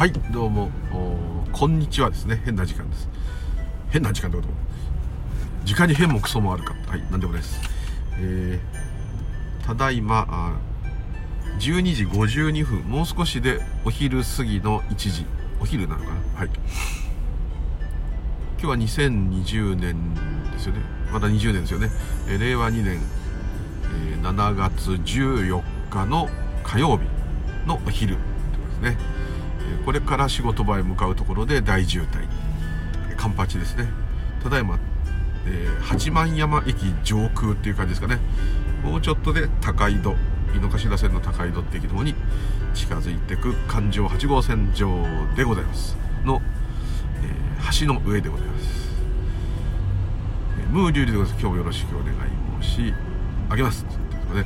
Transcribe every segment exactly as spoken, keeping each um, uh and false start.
はい、どうもこんにちはですね。変な時間です。変な時間ってこと時間に変もクソもあるか。はい、なんでもないです。えー、ただいまじゅうにじごじゅうにふん、もう少しでお昼過ぎのいちじ、お昼なのかな。はい、今日はにせんにじゅうねんですよね。まだにじゅうねんですよね。えー、れいわにねん、えー、しちがつじゅうよっかの火曜日のお昼ということですね。これから仕事場へ向かうところで大渋滞、カンパチですね。ただいま、えー、八幡山駅上空っていう感じですかね。もうちょっとで高井戸、井の頭線の高井戸って駅の方に近づいていく環状はち号線上でございますの、えー、橋の上でございます。えー、ムーリュウリでございます。今日もよろしくお願い申し上げます。ね、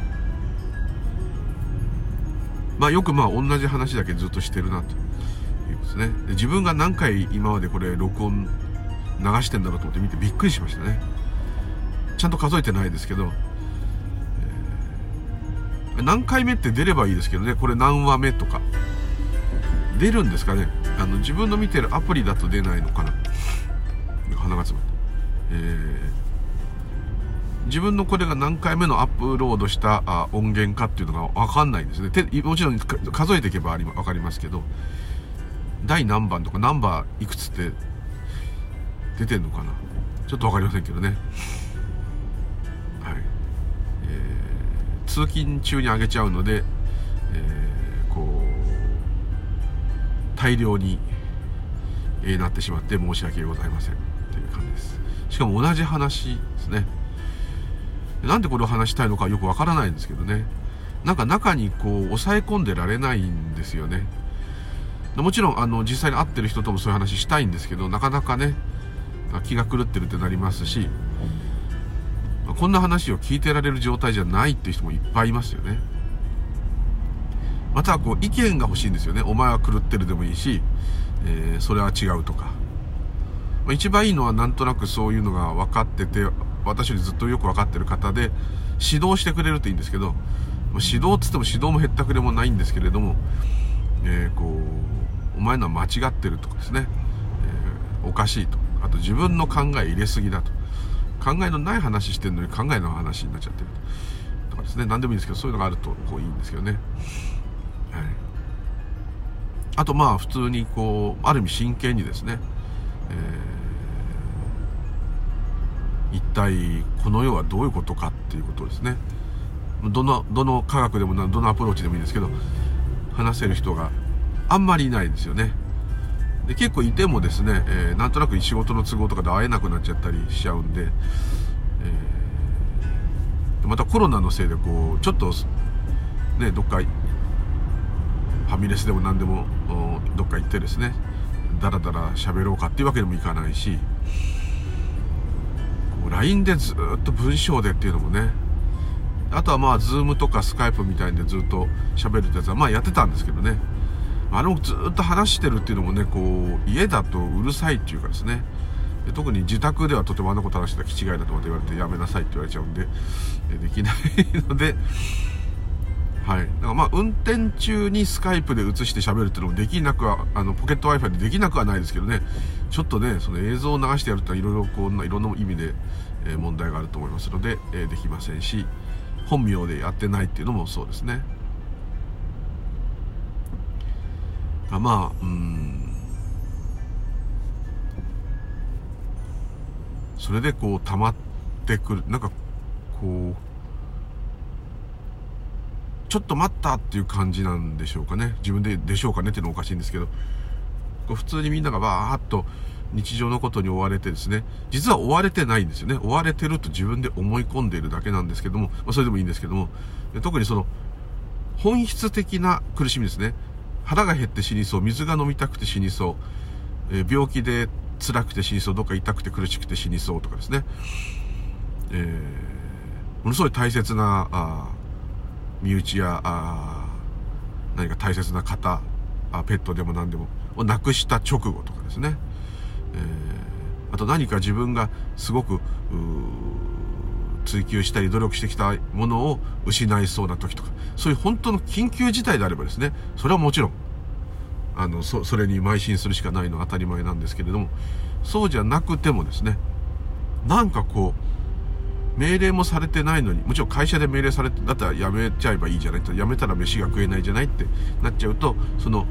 まあよくまあ同じ話だけずっとしてるなということですね。で、自分が何回今までこれ録音流してんだろうと思って見てびっくりしましたね。ちゃんと数えてないですけど、えー、何回目って出ればいいですけどね。これ何話目とか出るんですかね。あの自分の見てるアプリだと出ないのかな。鼻が詰まった。えー、自分のこれが何回目のアップロードしたあ音源かっていうのが分かんないんですね。てもちろん数えていけばあり分かりますけど、第何番とかナンバーいくつって出てんのかな、ちょっと分かりませんけどね。はい、えー、通勤中に上げちゃうので、えー、こう大量に、えー、なってしまって申し訳ございませんという感じです。しかも同じ話ですね。なんでこれを話したいのかよくわからないんですけどね。なんか中にこう抑え込んでられないんですよね。もちろんあの実際に会ってる人ともそういう話したいんですけど、なかなかね気が狂ってるってなりますし、こんな話を聞いてられる状態じゃないっていう人もいっぱいいますよね。またこう意見が欲しいんですよね。お前は狂ってるでもいいし、えー、それは違うとか。一番いいのはなんとなくそういうのが分かってて、私よりずっとよく分かってる方で指導してくれるといいんですけど、指導っつっても指導もへったくれもないんですけれども、えー、こうお前のは間違ってるとかですね、えー、おかしいと、あと自分の考え入れすぎだと、考えのない話してるのに考えの話になっちゃってるとかですね、何でもいいんですけど、そういうのがあるとこういいんですけどね。はい、あとまあ普通にこうある意味真剣にですね、えー、一体この世はどういうことかっていうことをですね、どのどの科学でもどのアプローチでもいいんですけど話せる人があんまりいないですよね。で結構いてもですね、えー、なんとなく仕事の都合とかで会えなくなっちゃったりしちゃうんで、えー、またコロナのせいでこうちょっとねどっかファミレスでも何でもどっか行ってですねだらだら喋ろうかっていうわけにもいかないし、こう ライン でずっと文章でっていうのもね、あとはまあ Zoom とか Skype みたいんでずっと喋るってやつはまあやってたんですけどね、あれもずっと話してるっていうのもね、こう家だとうるさいっていうかですね、で特に自宅ではとてもあんなこと話してたら気違いだとまた言われてやめなさいって言われちゃうんでできないので、はい、だからまあ運転中にスカイプで映して喋るっていうのもできなくは、あのポケット Wi-Fi でできなくはないですけどね、ちょっとねその映像を流してやるってのはいろいろこういろんな意味で、えー、問題があると思いますので、えー、できませんし、本名でやってないっていうのもそうですね。あまあうんそれでこう溜まってくる、なんかこうちょっと待ったっていう感じなんでしょうかね。自分ででしょうかねっていうのはおかしいんですけど、こう普通にみんながバーッと日常のことに追われてですね、実は追われてないんですよね。追われてると自分で思い込んでいるだけなんですけども、まあ、それでもいいんですけども、特にその本質的な苦しみですね。腹が減って死にそう、水が飲みたくて死にそう、えー、病気で辛くて死にそう、どっか痛くて苦しくて死にそうとかですね、えー、ものすごい大切なあ身内やあ何か大切な方、あペットでも何でもを亡くした直後とかですね、えー、あと何か自分がすごく追求したり努力してきたものを失いそうな時とか、そういう本当の緊急事態であればですね、それはもちろんあの そ, それに邁進するしかないのは当たり前なんですけれども、そうじゃなくてもですね、なんかこう命令もされてないのに、もちろん会社で命令されて、だったらやめちゃえばいいじゃないと、やめたら飯が食えないじゃないってなっちゃうと、その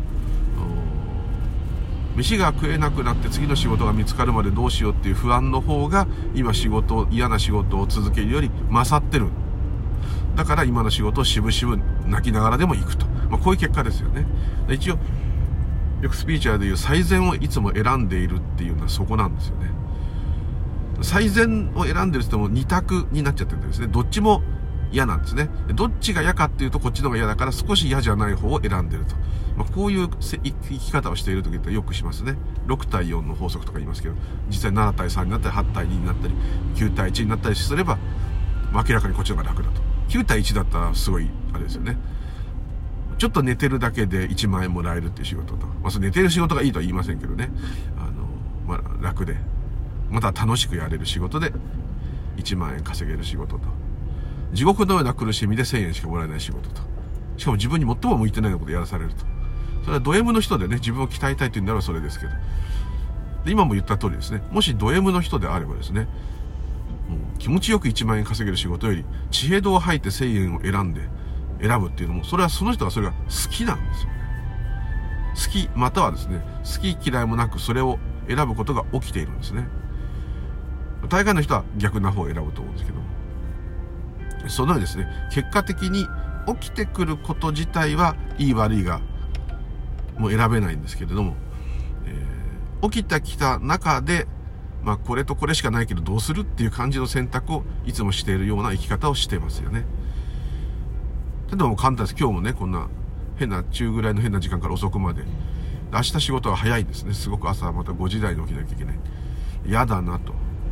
飯が食えなくなって次の仕事が見つかるまでどうしようっていう不安の方が今仕事嫌な仕事を続けるより勝ってる。だから今の仕事をしぶしぶ泣きながらでも行くと、まあ、こういう結果ですよね。一応よくスピーチャーでいう最善をいつも選んでいるっていうのはそこなんですよね。最善を選んでる人も二択になっちゃってるんですね。どっちも嫌なんですね。どっちが嫌かっていうとこっちの方が嫌だから少し嫌じゃない方を選んでると、まあ、こういう生き方をしている時ってよくしますね。ろく対よんの法則とか言いますけど、実際なな対さんになったりはち対にになったりきゅう対いちになったりすれば、まあ、明らかにこっちの方が楽だと。きゅう対いちだったらすごいあれですよね。ちょっと寝てるだけでいちまんえんもらえるっていう仕事と、まあ、その寝てる仕事がいいとは言いませんけどね、あの、まあ、楽でまた楽しくやれる仕事でいちまんえん稼げる仕事と、地獄のような苦しみでせんえんしかもらえない仕事と、しかも自分に最も向いてないようなことをやらされると。それはド M の人でね、自分を鍛えたいというんならそれですけど、で今も言った通りですね、もしド M の人であればですね、もう気持ちよくいちまんえん稼げる仕事より血へどを吐いてせんえんを選んで選ぶっていうのも、それはその人がそれが好きなんですよね。好きまたはですね、好き嫌いもなくそれを選ぶことが起きているんですね。大概の人は逆な方を選ぶと思うんですけど、そのようにですね、結果的に起きてくること自体はいい悪いがもう選べないんですけれども、えー、起きてきた中で、まあこれとこれしかないけどどうするっていう感じの選択をいつもしているような生き方をしていますよね。でも簡単です。今日もね、こんな変な中ぐらいの変な時間から遅くまで、明日仕事は早いんですね。すごく朝またごじ台に起きなきゃいけない。嫌だなと。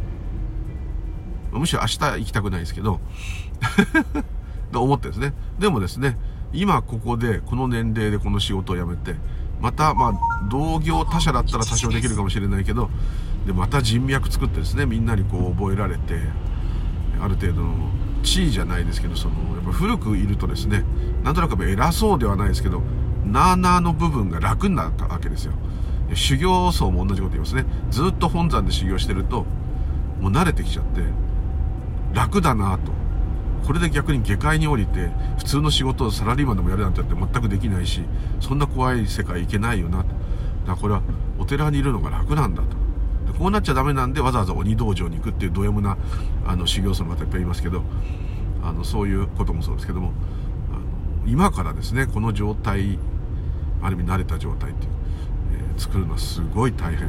むしろ明日行きたくないですけどと思ってですね。でもですね、今ここでこの年齢でこの仕事を辞めて、またまあ同業他社だったら多少できるかもしれないけど、でまた人脈作ってですね、みんなにこう覚えられて、ある程度の地位じゃないですけど、そのやっぱ古くいるとですね、なんとなく偉そうではないですけど、なあなあの部分が楽になるわけですよ。修行僧も同じこと言いますね。ずっと本山で修行してるともう慣れてきちゃって楽だなと。これで逆に下界に降りて普通の仕事をサラリーマンでもやるなんて全くできないし、そんな怖い世界行けないよなと。だからこれはお寺にいるのが楽なんだと。でこうなっちゃダメなんでわざわざ鬼道場に行くっていうド M なあの修行僧の方いっぱいいますけど、あのそういうこともそうですけども、あの今からですね、この状態、ある意味慣れた状態っていう、えー、作るのはすごい大変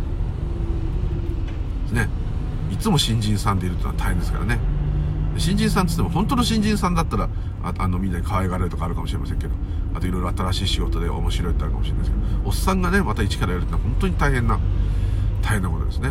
ですね。いつも新人さんでいるというのは大変ですからね。新人さんって言っても本当の新人さんだったら あ, あのみんなに可愛がられるとかあるかもしれませんけど、あといろいろ新しい仕事で面白いってあるかもしれないですけど、おっさんがねまた一からやるってのは本当に大変な大変なことですね。はい、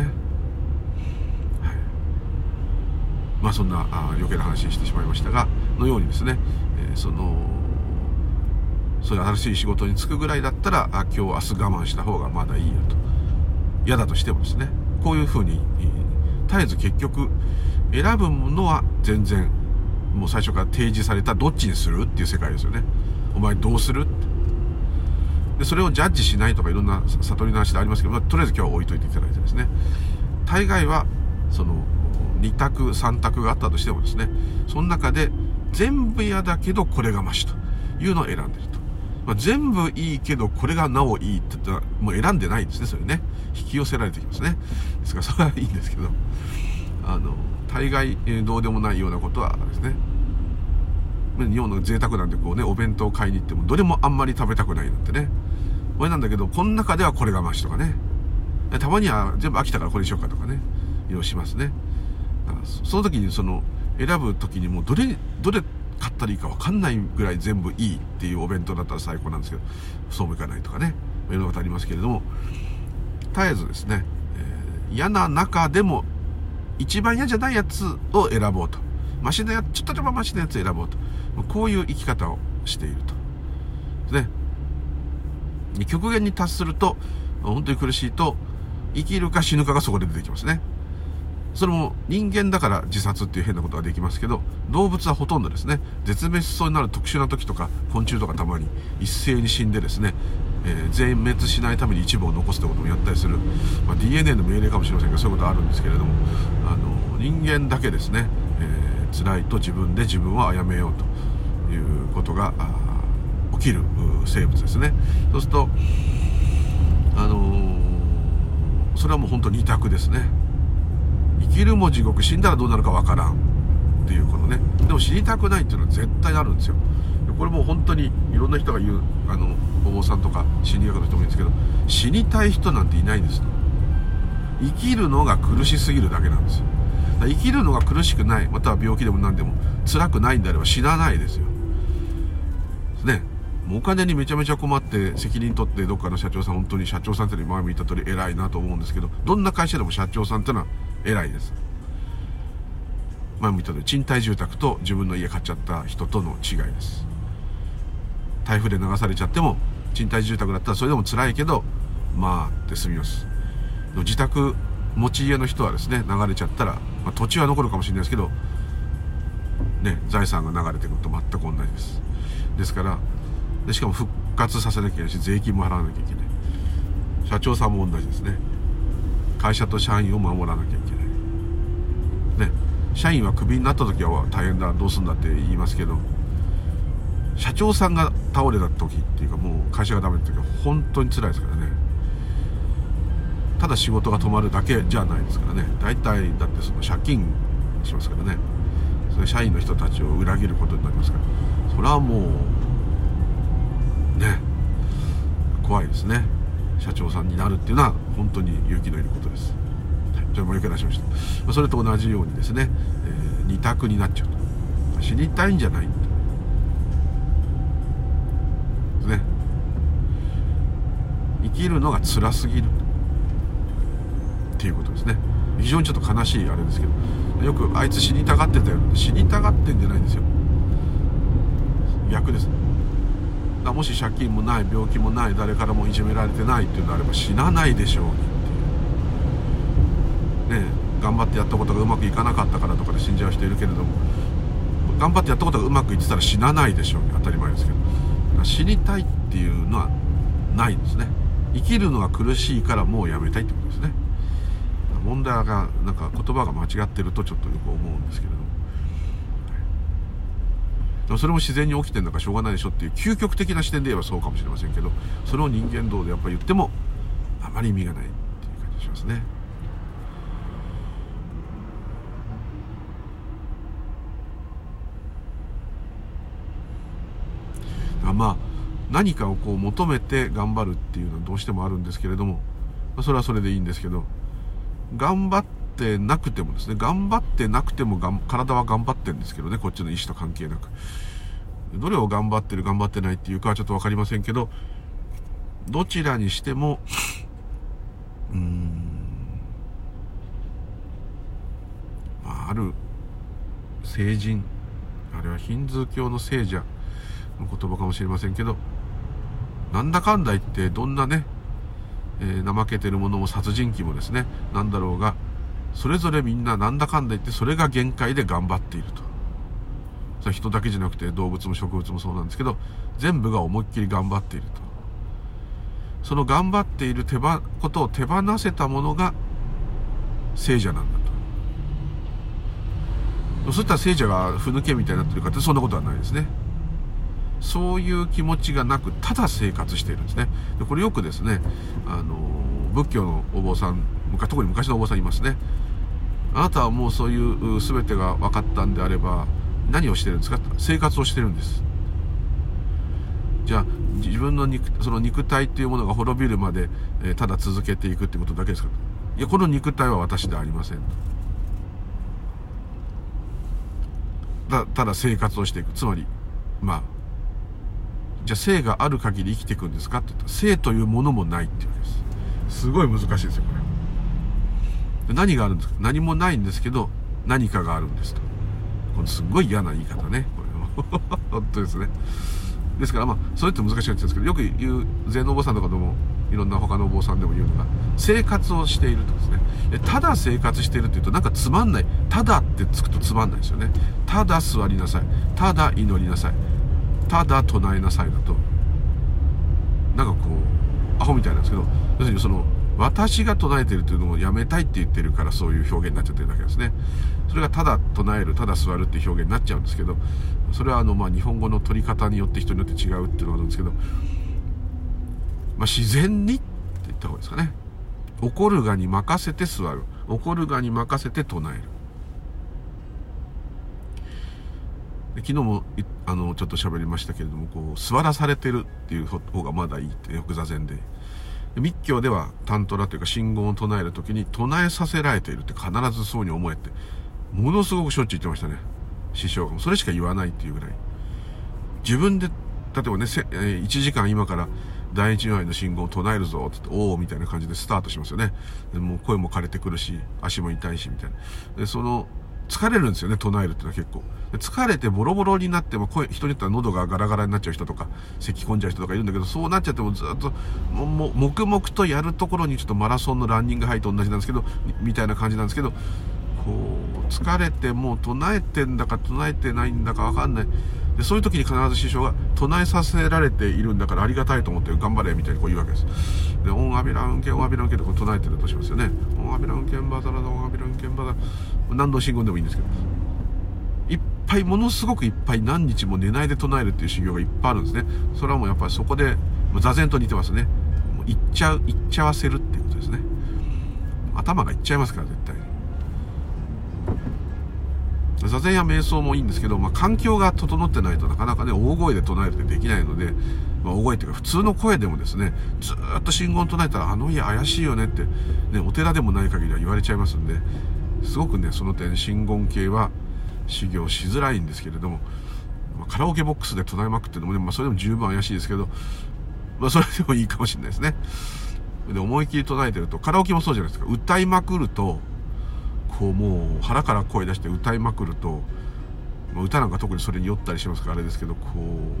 まあそんなあ余計な話してしまいましたが、のようにですね、えー、そのそういう新しい仕事に就くぐらいだったら、あ今日明日我慢した方がまだいいよと。嫌だとしてもですね、こういうふうに絶えず結局選ぶものは全然もう最初から提示されたどっちにするっていう世界ですよね。お前どうするって。でそれをジャッジしないとかいろんな悟りの話でありますけど、まあ、とりあえず今日は置いといていただいてですね、大概はそのに択さん択があったとしてもですね、その中で全部嫌だけどこれがマシというのを選んでいると。まあ、全部いいけどこれがなおいいって言ったらもう選んでないんですね。それね引き寄せられてきますね。ですからそれはいいんですけど、あの大概、えー、どうでもないようなことはですね、日本の贅沢なんでこうね、お弁当買いに行ってもどれもあんまり食べたくないなんてね、これなんだけどこの中ではこれがマシとかね、たまには全部飽きたからこれにしようかとかね、いろいろしますね。だからその時にその選ぶ時にもうどれどれ買ったらいいか分かんないぐらい全部いいっていうお弁当だったら最高なんですけど、そうもいかないとかね、いろんなことありますけれども、絶えずですね、えー、嫌な中でも一番嫌じゃないやつを選ぼうと、マシなやつ、ちょっとでもマシなやつを選ぼうと、こういう生き方をしているとね。極限に達すると本当に苦しいと、生きるか死ぬかがそこで出てきますね。それも人間だから自殺っていう変なことができますけど、動物はほとんどですね、絶滅しそうになる特殊な時とか昆虫とかたまに一斉に死んでですね、 えー、全滅しないために一部を残すってこともやったりする、まあ、ディーエヌエー の命令かもしれませんが、そういうことあるんですけれども、あの人間だけですね、えー、辛いと自分で自分を殺めようということが起きる生物ですね。そうすると、あのー、それはもう本当に二択ですね。生きるも地獄、死んだらどうなるかわからんっていうこのね。でも死にたくないっていうのは絶対あるんですよ。これもう本当にいろんな人が言う、あのお坊さんとか心理学の人もいるんですけど、死にたい人なんていないんですと。生きるのが苦しすぎるだけなんですよ。だから生きるのが苦しくない、または病気でも何でも辛くないんであれば死なないですよ。ね。もうお金にめちゃめちゃ困って責任取ってどっかの社長さん、本当に社長さんって前も言った通り偉いなと思うんですけど、どんな会社でも社長さんってのは偉いです。前も言った通り賃貸住宅と自分の家買っちゃった人との違いです。台風で流されちゃっても賃貸住宅だったらそれでも辛いけどまあって済みます。自宅持ち家の人はですね、流れちゃったら、まあ、土地は残るかもしれないですけどね、財産が流れてくると全く同じです。ですからでしかも復活させなきゃいけないし、税金も払わなきゃいけない。社長さんも同じですね。会社と社員を守らなきゃいけないね。社員はクビになった時は大変だ、どうすんだって言いますけど、社長さんが倒れた時っていうか、もう会社がダメな時は本当に辛いですからね。ただ仕事が止まるだけじゃないですからね。大体だってその借金しますからね。それ社員の人たちを裏切ることになりますから、それはもうね、怖いですね。社長さんになるっていうのは本当に勇気のいることです。はい、じゃあもう一回出しました。それと同じようにですね、えー、二択になっちゃうと。死にたいんじゃないですね。生きるのが辛すぎるっていうことですね。非常にちょっと悲しいあれですけど、よくあいつ死にたがってたよって、死にたがってんじゃないんですよ。逆です。もし借金もない病気もない誰からもいじめられてないっていうのであれば死なないでしょうにっていうね。頑張ってやったことがうまくいかなかったからとかで死んじゃう人いるけれども、頑張ってやったことがうまくいってたら死なないでしょうに当たり前ですけど、死にたいっていうのはないんですね。生きるのが苦しいからもうやめたいってことですね。問題がなんか言葉が間違ってるとちょっとよく思うんですけれども、それも自然に起きてるのかしょうがないでしょっていう究極的な視点で言えばそうかもしれませんけど、それを人間道でやっぱり言ってもあまり意味がないっていう感じがしますね。まあ何かをこう求めて頑張るっていうのはどうしてもあるんですけれども、それはそれでいいんですけど、頑張ってなくてもですね、頑張ってなくてもがん体は頑張ってるんですけどね、こっちの意思と関係なく。どれを頑張ってる頑張ってないっていうかはちょっと分かりませんけど、どちらにしてもうーん、まあ、ある聖人、あれはヒンズー教の聖者の言葉かもしれませんけど、なんだかんだ言ってどんなね、えー、怠けてるものも殺人鬼もですね、なんだろうがそれぞれみんななんだかんだ言ってそれが限界で頑張っていると。それは人だけじゃなくて動物も植物もそうなんですけど、全部が思いっきり頑張っていると。その頑張っている手ばことを手放せたものが聖者なんだと。そういった聖者がふぬけみたいになってるかってそんなことはないですね。そういう気持ちがなくただ生活しているんですね。でこれよくですね、あの仏教のお坊さん、特に昔のお坊さんいますね。あなたはもうそういう全てが分かったんであれば何をしてるんですか。生活をしてるんです。じゃあ自分の肉その肉体っていうものが滅びるまで、えー、ただ続けていくってことだけですか。いや、この肉体は私ではありません。た, ただ生活をしていく。つまりまあじゃあ生がある限り生きていくんですかって言ったら、生というものもないっていうわけです。すごい難しいですよこれ。で何があるんですか。何もないんですけど何かがあるんですと。これすごい嫌な言い方ねこれ本当ですね。ですからまあそれって難しいんですけど、よく言う禅のお坊さんとかでもいろんな他のお坊さんでも言うのが、生活をしているとですね。ただ生活しているっていうとなんかつまんない。ただってつくとつまんないですよね。ただ座りなさい、ただ祈りなさい、ただ唱えなさいだとなんかこホみたいなんですけど、要するにその私が唱えてるというのをやめたいって言ってるからそういう表現になっちゃってるだけですね。それがただ唱える、ただ座るっていう表現になっちゃうんですけど、それはあのまあ日本語の取り方によって人によって違うっていうのがあるんですけど、まあ自然にって言った方がいいですかね。起こるがに任せて座る、起こるがに任せて唱える。昨日もあのちょっと喋りましたけれども、こう座らされてるっていう方がまだいいって、よく座禅で。密教ではタントラというか真言を唱えるときに唱えさせられているって必ずそうに思えってものすごくしょっちゅう言ってましたね、師匠が。それしか言わないっていうぐらい、自分で例えばね、いちじかん今から第一如来の真言を唱えるぞって言って、おおみたいな感じでスタートしますよね。でもう声も枯れてくるし足も痛いしみたいな。でその疲れるんですよね、唱えるっていうのは結構。で疲れてボロボロになっても、声、人によっては喉がガラガラになっちゃう人とか、咳込んじゃう人とかいるんだけど、そうなっちゃってもずっと、も、も、黙々とやるところにちょっとマラソンのランニングハイと同じなんですけど、みたいな感じなんですけど、こう、疲れてもう唱えてんだか唱えてないんだかわかんない。で、そういう時に必ず師匠が唱えさせられているんだからありがたいと思って頑張れみたいにこう言うわけです。で、オンアビラウンケン、オンアビラウンケンってこう唱えてるとしますよね。オンアビラウンケンバザラダ、オンアビラウンケンバザラ、何度真言でもいいんですけど。いっぱい、ものすごくいっぱい何日も寝ないで唱えるっていう修行がいっぱいあるんですね。それはもうやっぱりそこで、座禅と似てますね。もう行っちゃう、行っちゃわせるっていうことですね。頭がいっちゃいますから、絶対に。座禅や瞑想もいいんですけど、まあ、環境が整ってないとなかなかね、大声で唱えるってできないので、まあ、大声っていうか普通の声でもですね、ずーっと真言唱えたら、あの家怪しいよねって、ね、お寺でもない限りは言われちゃいますんで、すごくね、その点、真言系は修行しづらいんですけれども、まあ、カラオケボックスで唱えまくってるのもね、まあ、それでも十分怪しいですけど、まあ、それでもいいかもしれないですね。で、思いっきり唱えてると、カラオケもそうじゃないですか、歌いまくると、こうもう腹から声出して歌いまくると、まあ、歌なんか特にそれに酔ったりしますからあれですけど、こ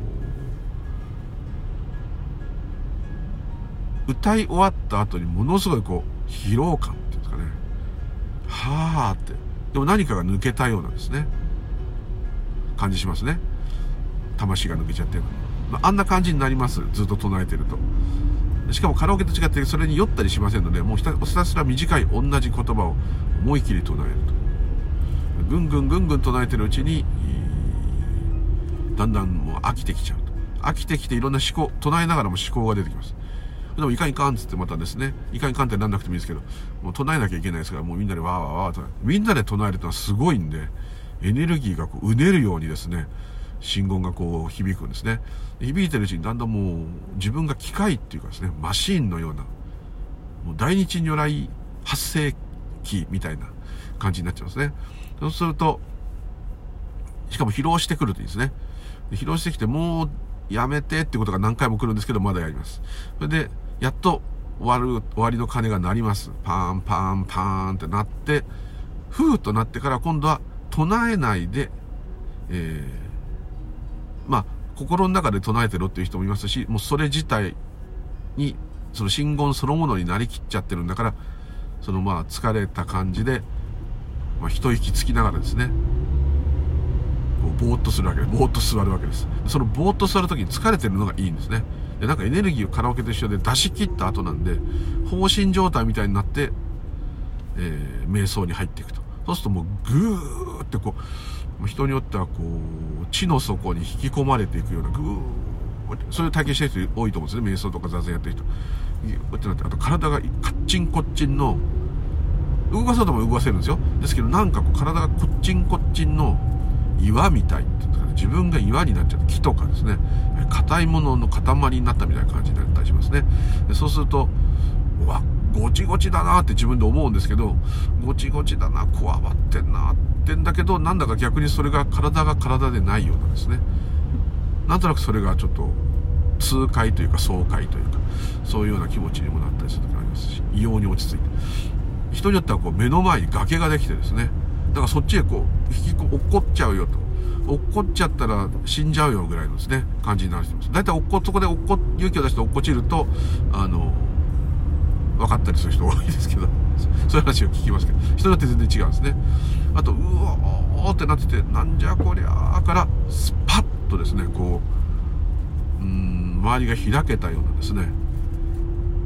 う歌い終わった後にものすごいこう疲労感っていうんですかね、はーって、でも何かが抜けたようなんですね、感じしますね。魂が抜けちゃってる、まあ、あんな感じになります、ずっと唱えてると。しかもカラオケと違ってそれに酔ったりしませんので、もうひたひたすら短い同じ言葉を思い切り唱えると、ぐんぐんぐんぐん唱えてるうちにだんだんもう飽きてきちゃうと。飽きてきていろんな思考、唱えながらも思考が出てきます。でもいかんいかんっつってまたですね、いかんいかんってなんなくてもいいですけど、もう唱えなきゃいけないですから、もうみんなでわーわーわーと、みんなで唱えるというのはすごいんで、エネルギーがこううねるようにですね、真言がこう響くんですね。響いてるうちにだんだんもう自分が機械っていうかですね、マシーンのような、もう大日如来発生器みたいな感じになっちゃうんですね。そうすると、しかも疲労してくるといいですね。疲労してきてもうやめてってことが何回も来るんですけど、まだやります。それでやっと終わる、終わりの鐘が鳴ります。パーンパーンパーンって鳴って、ふーっとなってから今度は唱えないで、えー、まあ心の中で唱えてろっていう人もいますし、もうそれ自体にその真言そのものになりきっちゃってるんだから、そのまあ疲れた感じで、まあ、一息つきながらですね、こうぼーっとするわけです。ぼーっと座るわけです。そのぼーっと座るときに疲れてるのがいいんですね。で、なんかエネルギーをカラオケと一緒で出し切った後なんで、放心状態みたいになって、えー、瞑想に入っていくと。そうするともうぐーってこう、人によってはこう、地の底に引き込まれていくような、ぐーって、そういう体験してる人多いと思うんですね。瞑想とか座禅やってる人。こうやってなって、あと体がカッチンコッチンの、動かそうとも動かせるんですよ。ですけどなんかこう体がこっちんこっちんの岩みたいっていうか、自分が岩になっちゃう、木とかですね、硬いものの塊になったみたいな感じになったりしますね。でそうすると、うわ、ゴチゴチだなって自分で思うんですけど、ゴチゴチだな、こわばってんなってんだけど、なんだか逆にそれが体が体でないようなんですね。なんとなくそれがちょっと痛快というか爽快というか、そういうような気持ちにもなったりする時がありますし、異様に落ち着いて、人によってはこう目の前に崖ができてですね、だからそっちへこう引きこ落っこっちゃうよと、落っこっちゃったら死んじゃうよぐらいのですね感じになる人います。だいたい落っこそこで落っこ勇気を出して落っこちると、あの分かったりする人多いですけど、そういう話を聞きますけど、人によって全然違うんですね。あと、うわーってなってて、なんじゃこりゃーからスパッとですね、こう、うーん周りが開けたようなですね、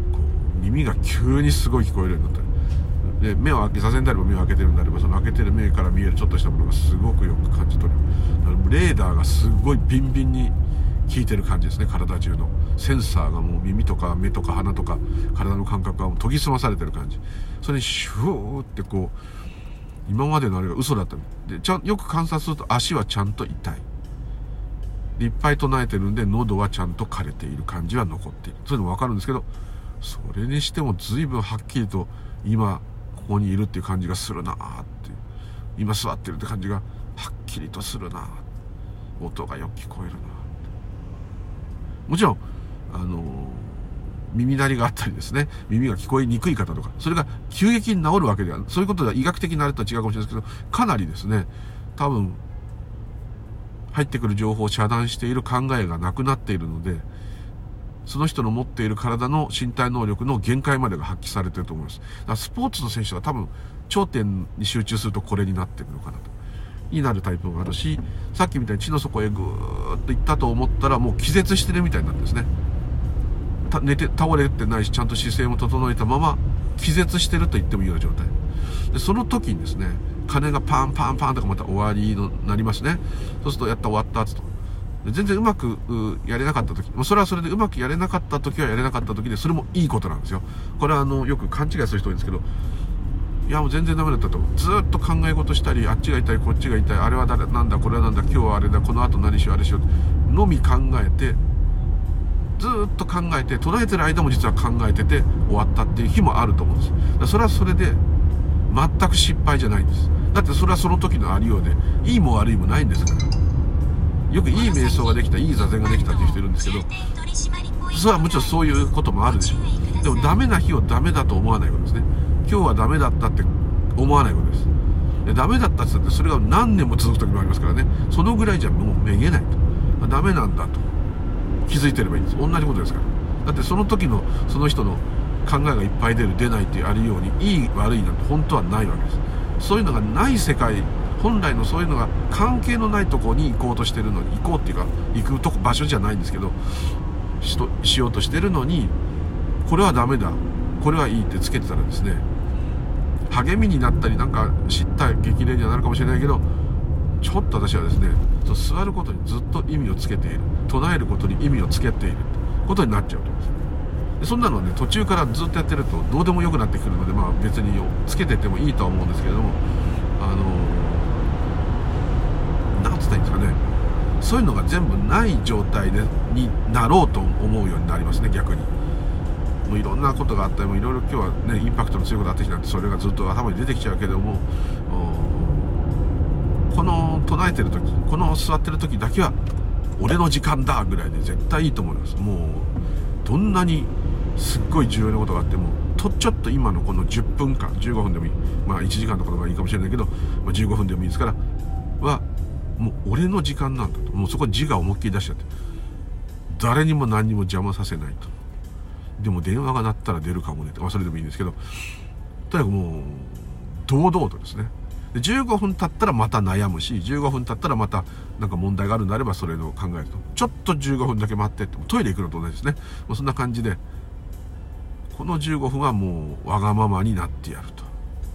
耳が急にすごい聞こえるようになったり、で目を開け、座禅であれば目を開けてるんであれば、その開けてる目から見えるちょっとしたものがすごくよく感じ取れる。レーダーがすごいビンビンに効いてる感じですね。体中のセンサーがもう耳とか目とか鼻とか体の感覚がもう研ぎ澄まされてる感じ。それにシューってこう、今までのあれが嘘だったで、ちゃんよく観察すると足はちゃんと痛いで、いっぱい唱えてるんで喉はちゃんと枯れている感じは残っている。そういうのも分かるんですけど、それにしても随分はっきりと今ここにいるっていう感じがするなーっていう、今座ってるって感じがはっきりとするなー、音がよく聞こえるな。もちろんあのー、耳鳴りがあったりですね、耳が聞こえにくい方とか、それが急激に治るわけでは、そういうことでは医学的なあれとは違うかもしれないですけど、かなりですね、多分入ってくる情報を遮断している考えがなくなっているので、その人の持っている体の身体能力の限界までが発揮されていると思います。だからスポーツの選手は多分頂点に集中するとこれになってるのかなと、になるタイプもあるし、さっきみたいに地の底へぐーっと行ったと思ったらもう気絶してるみたいになってですね、寝て倒れてないし、ちゃんと姿勢も整えたまま気絶してると言ってもいいような状態で、その時にですね、鐘がパンパンパンとかまた終わりになりますね。そうするとやった終わったっつと、全然うまくやれなかった時、それはそれでうまくやれなかった時はやれなかった時で、それもいいことなんですよ。これはあのよく勘違いする人多いんですけど、いやもう全然ダメだったと、ずっと考え事したり、あっちが痛いこっちが痛い、あれは誰なんだこれはなんだ、今日はあれだ、この後何しようあれしようのみ考えて、ずっと考えて捉えてる間も実は考えてて終わったっていう日もあると思うんです。だからそれはそれで全く失敗じゃないんです。だってそれはその時のありようで、いいも悪いもないんですから。よくいい瞑想ができた、いい座禅ができたっていう人いるんですけど、それはもちろんそういうこともあるでしょう。でもダメな日をダメだと思わないことですね。今日はダメだったって思わないことです。でダメだったって言ってそれが何年も続く時もありますからね、そのぐらいじゃもうめげないと、ダメなんだと気づいてればいいんです。同じことですから。だってその時のその人の考えがいっぱい出る出ないっていうあるように、いい悪いなんて本当はないわけです。そういうのがない世界、本来のそういうのが関係のないところに行こうとしてるのに、行こうっていうか行くとこ場所じゃないんですけど、し, としようとしてるのに、これはダメだこれはいいってつけてたらですね、励みになったりなんか知った激励にはなるかもしれないけど、ちょっと私はですね、座ることにずっと意味をつけている、唱えることに意味をつけていることになっちゃうと思うんです。でそんなのね、途中からずっとやってるとどうでもよくなってくるので、まあ別につけててもいいとは思うんですけれども、あのなんつったらいいんですかね、そういうのが全部ない状態でになろうと思うようになりますね。逆にもういろんなことがあったり、もいろいろ今日はねインパクトの強いことあってきたんで、それがずっと頭に出てきちゃうけども、この唱えてる時、この座ってる時だけは俺の時間だぐらいで絶対いいと思います。もうどんなにすっごい重要なことがあっても、とちょっと今のこのじゅっぷんかんじゅうごふんでもいい、まあいちじかんとかの方がいいかもしれないけど、まあ、じゅうごふんでもいいですからはもう俺の時間なんだと、もうそこに自我を思いっきり出しちゃって、誰にも何にも邪魔させないと。でも電話が鳴ったら出るかもねと、まあ、それでもいいんですけど、とにかくもう堂々とですね。でじゅうごふん経ったらまた悩むし、じゅうごふん経ったらまたなんか問題があるんであればそれを考えると、ちょっとじゅうごふんだけ待ってって、トイレ行くのと同じですね。もうそんな感じで、このじゅうごふんはもうわがままになってやると。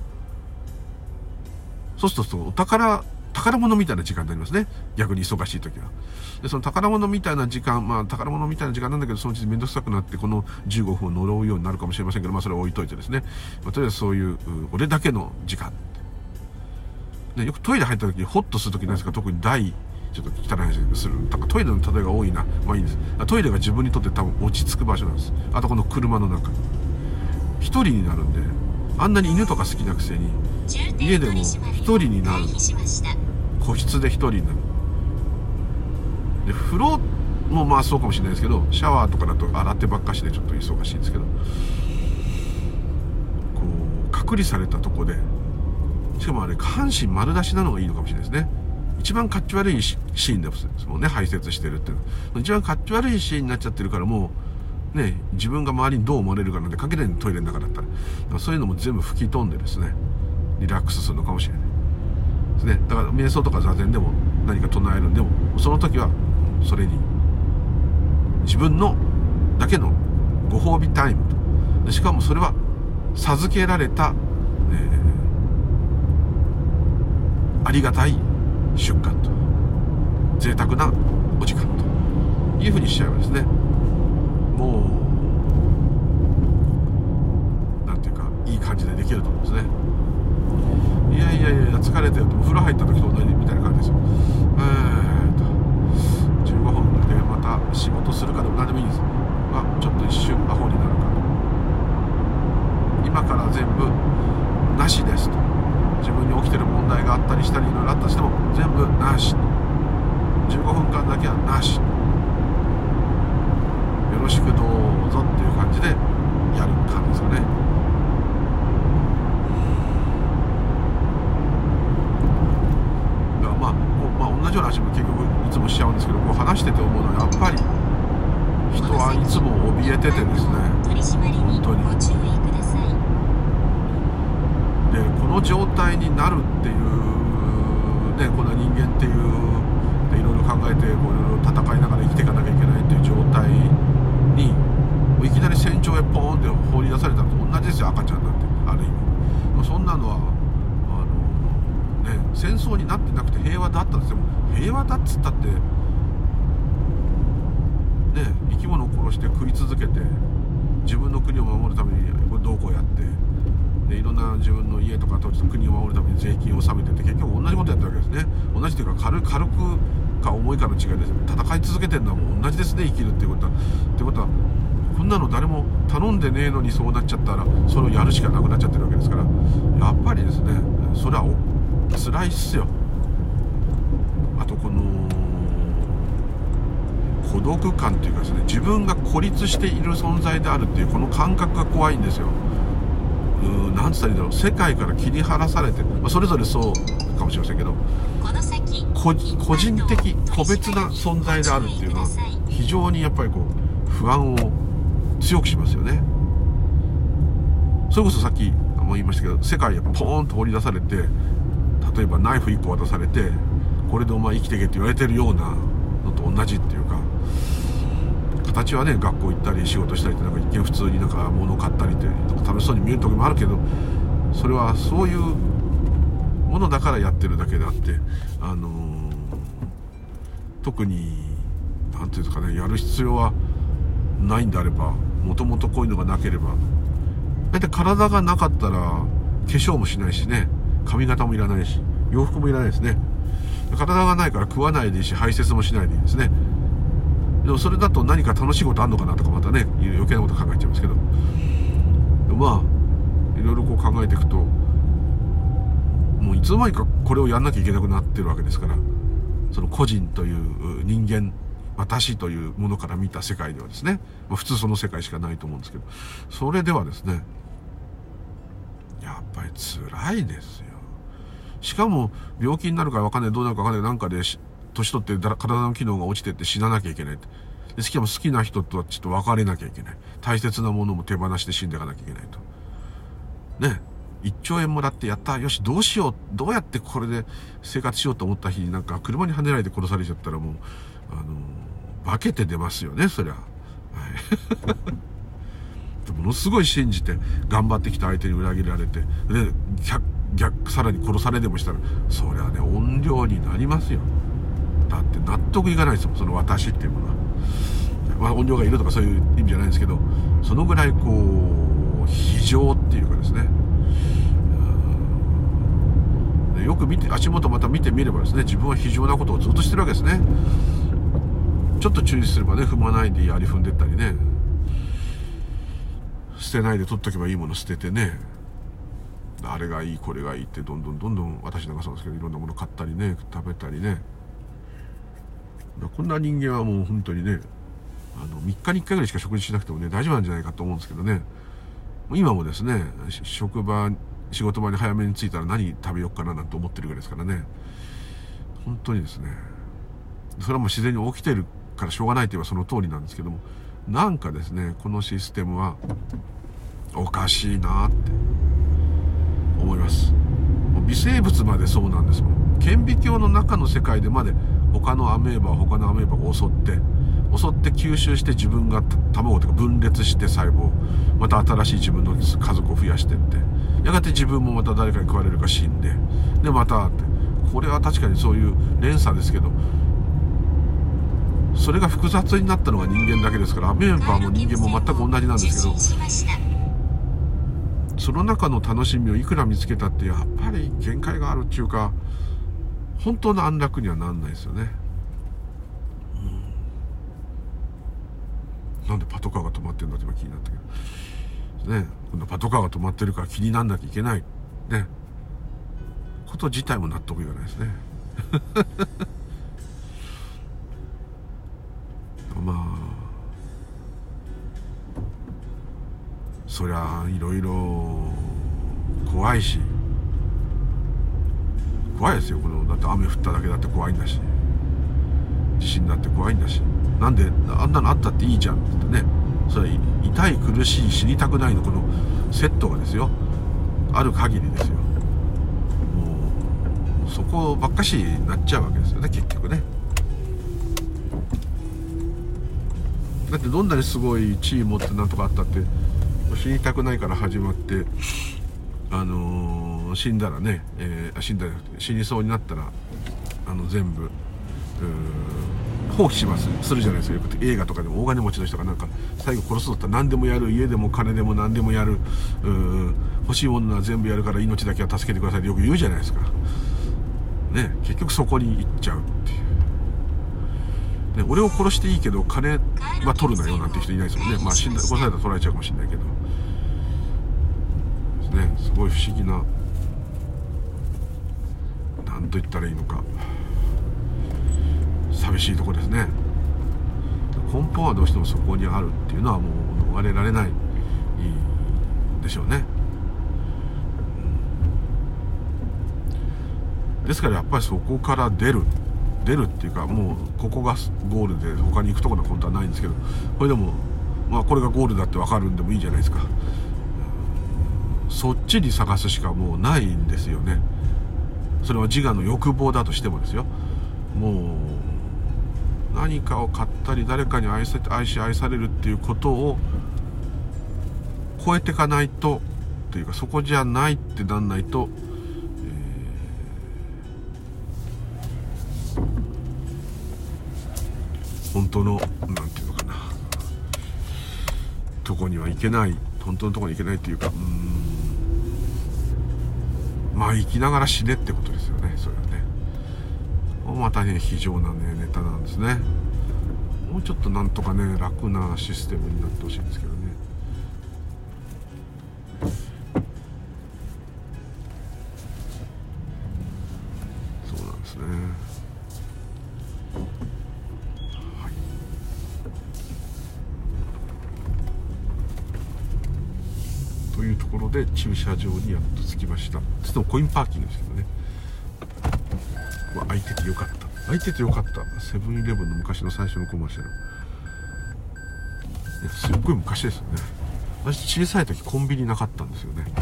そうするとお宝宝物みたいな時間になりますね。逆に忙しい時は。でその宝物みたいな時間、まあ宝物みたいな時間なんだけど、そのうち面倒くさくなってこのじゅうごふんを呪うようになるかもしれませんけど、まあそれは置いといてですね、まあ、とりあえずそういう俺だけの時間、ね、よくトイレ入った時にホッとする時なんですか、特に大ちょっと汚い話する、だからトイレの例えが多いな、まあいいです。トイレが自分にとって多分落ち着く場所なんです。あとこの車の中一人になるんで、あんなに犬とか好きなくせに家でも一人になる、個室で一人になる。で風呂もまあそうかもしれないですけど、シャワーとかだと洗ってばっかしでちょっと忙しいんですけど、こう隔離されたとこで、しかもあれ下半身丸出しなのがいいのかもしれないですね。一番かっち悪いシーンですもんね、排泄してるっていうの。一番かっち悪いシーンになっちゃってるから、もうね、自分が周りにどう思われるかなんて関係ないの、トイレの中だったら。だからそういうのも全部吹き飛んでですね、リラックスするのかもしれないですね。だから瞑想とか座禅でも何か唱えるんでも、その時はそれに自分のだけのご褒美タイムと、 でしかもそれは授けられた、えー、ありがたい瞬間と贅沢なお時間というふうにしちゃえばですね、もうなんていうかいい感じでできると思うんですね。いやいやいや疲れてるとお風呂入った時と同じみたいな感じですよ。えーとじゅうごふんでまた仕事するかでも何でもいいんです。まあ、ちょっと一瞬アホになるかと、今から全部なしですと、自分に起きてる問題があったりしたりいろいろあったとしても全部なし、じゅうごふんかんだけはなし、よろしくどうぞっていう感じでやる感じですよね。だからまあ、まあ、同じような話も結局いつもしちゃうんですけど、こう話してて思うのはやっぱり人はいつも怯えててですね、本当にでこの状態になるっていうね、こんな人間っていうでいろいろ考えてこういろいろ戦いながら生きていかなきゃいけないっていう状態にいきなり戦場へポーンって放り出されたのと同じですよ。赤ちゃんなんてある意味そんなのはあの、ね、戦争になってなくて平和だったんですよ。平和だっつったってね、生き物を殺して食い続けて自分の国を守るためにどうこうやってでいろんな自分の家とか土地と国を守るために税金を納めてって結局同じことやってるわけですね。同じというか 軽, 軽くか重いかの違いです。戦い続けてるのはもう同じですね、生きるっていうことは。ってことはこんなの誰も頼んでねえのにそうなっちゃったらそれをやるしかなくなっちゃってるわけですから、やっぱりですねそれは辛いっすよ。あとこの孤独感というかですね、自分が孤立している存在であるっていうこの感覚が怖いんですよ。うーん、なんつったらいいんだろう、世界から切り離されて、まあ、それぞれそうかもしれませんけど、個人的個別な存在であるっていうのは非常にやっぱりこう不安を強くしますよね。それこそさっきも言いましたけど、世界へポーンと放り出されて、例えばナイフいっこ渡されてこれでお前生きていけって言われてるようなのと同じっていうか、形はね学校行ったり仕事したりってなんか一見普通になんか物を買ったりって楽しそうに見える時もあるけど、それはそういうものだからやってるだけであって、あのー、特になんていうんですかね、やる必要はないんであれば、もともとこういうのがなければ、だいたい体がなかったら化粧もしないしね、髪型もいらないし洋服もいらないですね。体がないから食わないでいいし排泄もしないでいいですね。でもそれだと何か楽しいことあんのかなとかまたね余計なこと考えちゃいますけど、まあいろいろこう考えていくともういつの間にかこれをやんなきゃいけなくなってるわけですから、その個人という人間、私というものから見た世界ではですね、まあ、普通その世界しかないと思うんですけど、それではですねやっぱり辛いですよ。しかも病気になるか分かんない、どうなるか分かんない、なんかで年取って体の機能が落ちてって死ななきゃいけないで、しかも好きな人とはちょっと別れなきゃいけない、大切なものも手放して死んでいかなきゃいけないとね。いっちょうえんもらってやった、よしどうしよう、どうやってこれで生活しようと思った日になんか車にはねられて殺されちゃったらもうあの化けて出ますよね、そりゃ、はい、ものすごい信じて頑張ってきた相手に裏切られてで逆, 逆さらに殺されでもしたらそりゃね怨霊になりますよ。だって納得いかないですもん、その私っていうものは。まあ怨霊がいるとかそういう意味じゃないんですけど、そのぐらいこう非常っていうかですね、よく見て足元また見てみればですね、自分は非常なことをずっとしてるわけですね。ちょっと注意すればね、踏まないで槍踏んでったりね、捨てないで取っとけばいいもの捨ててね、あれがいいこれがいいってどんどんどんどん、私なんかそうですけどいろんなもの買ったりね食べたりね、こんな人間はもう本当にね、あのみっかにいっかいぐらいしか食事しなくてもね大丈夫なんじゃないかと思うんですけどね。今もですね職場仕事場に早めに着いたら何食べようかななんて思ってるぐらいですからね。本当にですね、それはもう自然に起きてるからしょうがないと言えばその通りなんですけども、なんかですねこのシステムはおかしいなって思います。もう微生物までそうなんですもん。顕微鏡の中の世界でまで他のアメーバ他のアメーバが襲って、 襲って吸収して自分が卵とか分裂して細胞、また新しい自分の家族を増やしていって、やがて自分もまた誰かに食われるか死んで、でまたって、これは確かにそういう連鎖ですけど、それが複雑になったのが人間だけですから、アメーバも人間も全く同じなんですけど、その中の楽しみをいくら見つけたってやっぱり限界があるっていうか、本当の安楽にはなんないですよね。なんでパトカーが止まってるんだって今気になったけどね、こんなパトカーが止まってるから気になんなきゃいけないねこと自体も納得いかないですねまあそりゃいろいろ怖いし、怖いですよ。このだって雨降っただけだって怖いんだし、地震だって怖いんだし、なんであんなのあったっていいじゃんってね、それ痛い苦しい死にたくないのこのセットがですよ、ある限りですよ、もうそこばっかしになっちゃうわけですよね結局ね。だってどんなにすごい地位持ってなんとかあったって、死にたくないから始まって、あのー、死んだらね、えー、死んだら死にそうになったらあの全部放棄しますするじゃないですか。よく映画とかでも大金持ちの人がなんか最後殺すぞって何でもやる、家でも金でも何でもやる、欲しいものは全部やるから命だけは助けてくださいってよく言うじゃないですかね。結局そこに行っちゃうっていう、ね、俺を殺していいけど金は取るなよなんて人いないですもんね。まあ死んだ殺されたら取られちゃうかもしれないけどね、すごい不思議な、なんと言ったらいいのか寂しいところですね。根本はどうしてもそこにあるっていうのはもう逃れられないでしょうね。ですからやっぱりそこから出る出るっていうか、もうここがゴールで他に行くところは本当はないんですけど、これでもまあこれがゴールだって分かるんでもいいじゃないですか。そっちに探すしかもうないんですよね。それは自我の欲望だとしてもですよ。もう何かを買ったり誰かに愛せ愛し愛されるっていうことを超えていかないとというか、そこじゃないってなんないと、えー、本当のなんていうのかなとこには行けない、本当のとこに行けないっていうか、うーんまあ生きながら死ねってことですよね。それはねまたね非常なねネタなんですね。もうちょっとなんとかね楽なシステムになってほしいんですけどね。そうなんですね。はい、というところで駐車場にやっと着きました。ちょっとコインパーキングですけどね、まあ、空いててよかった、空いててよかった。セブンイレブンの昔の最初のコマーシャル、いやすっごい昔ですよね。私小さい時コンビニなかったんですよね。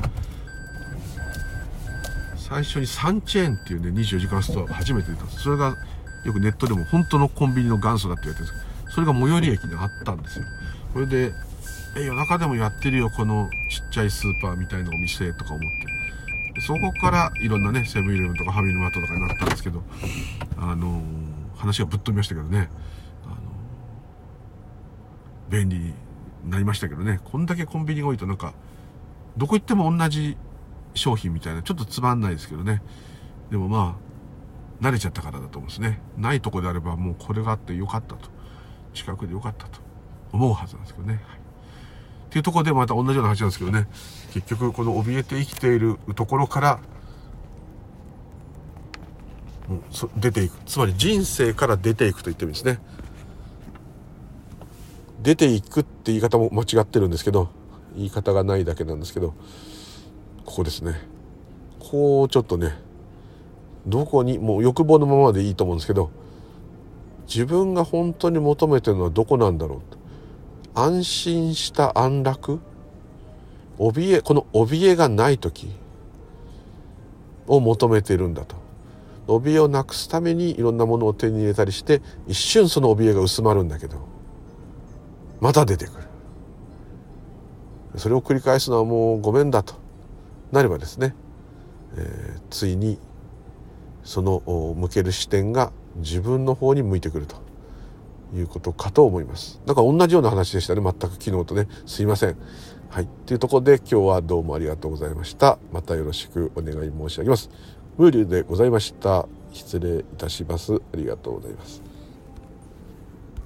最初にサンチェーンっていうねにじゅうよじかんストアが初めて出たんです。それがよくネットでも本当のコンビニの元祖だって言われてるんですけど、それが最寄り駅にあったんですよ。これでえ夜中でもやってるよこのちっちゃいスーパーみたいなお店とか思って、そこからいろんなねセブンイレブンとかファミリーマートとかになったんですけど、あのー、話がぶっ飛びましたけどね、あのー、便利になりましたけどね。こんだけコンビニが多いとなんかどこ行っても同じ商品みたいな、ちょっとつまんないですけどね。でもまあ慣れちゃったからだと思うんですね。ないとこであればもうこれがあってよかったと、近くでよかったと思うはずなんですけどね、はい、っていうところでまた同じような話なんですけどね、結局この怯えて生きているところからもう出ていく、つまり人生から出ていくと言ってもいいですね。出ていくって言い方も間違ってるんですけど、言い方がないだけなんですけど、ここですね。こうちょっとね、どこにもう欲望のままでいいと思うんですけど、自分が本当に求めてるのはどこなんだろうと。安心した安楽、怯えこの怯えがない時を求めているんだと。怯えをなくすためにいろんなものを手に入れたりして、一瞬その怯えが薄まるんだけど、 また出てくる。それを繰り返すのはもうごめんだとなればですね、えー、ついにその向ける視点が自分の方に向いてくるということかと思います。なんか同じような話でしたね、全く昨日とね。すいません。はい、というところで今日はどうもありがとうございました。またよろしくお願い申し上げます。ムーリュでございました。失礼いたします。ありがとうございます。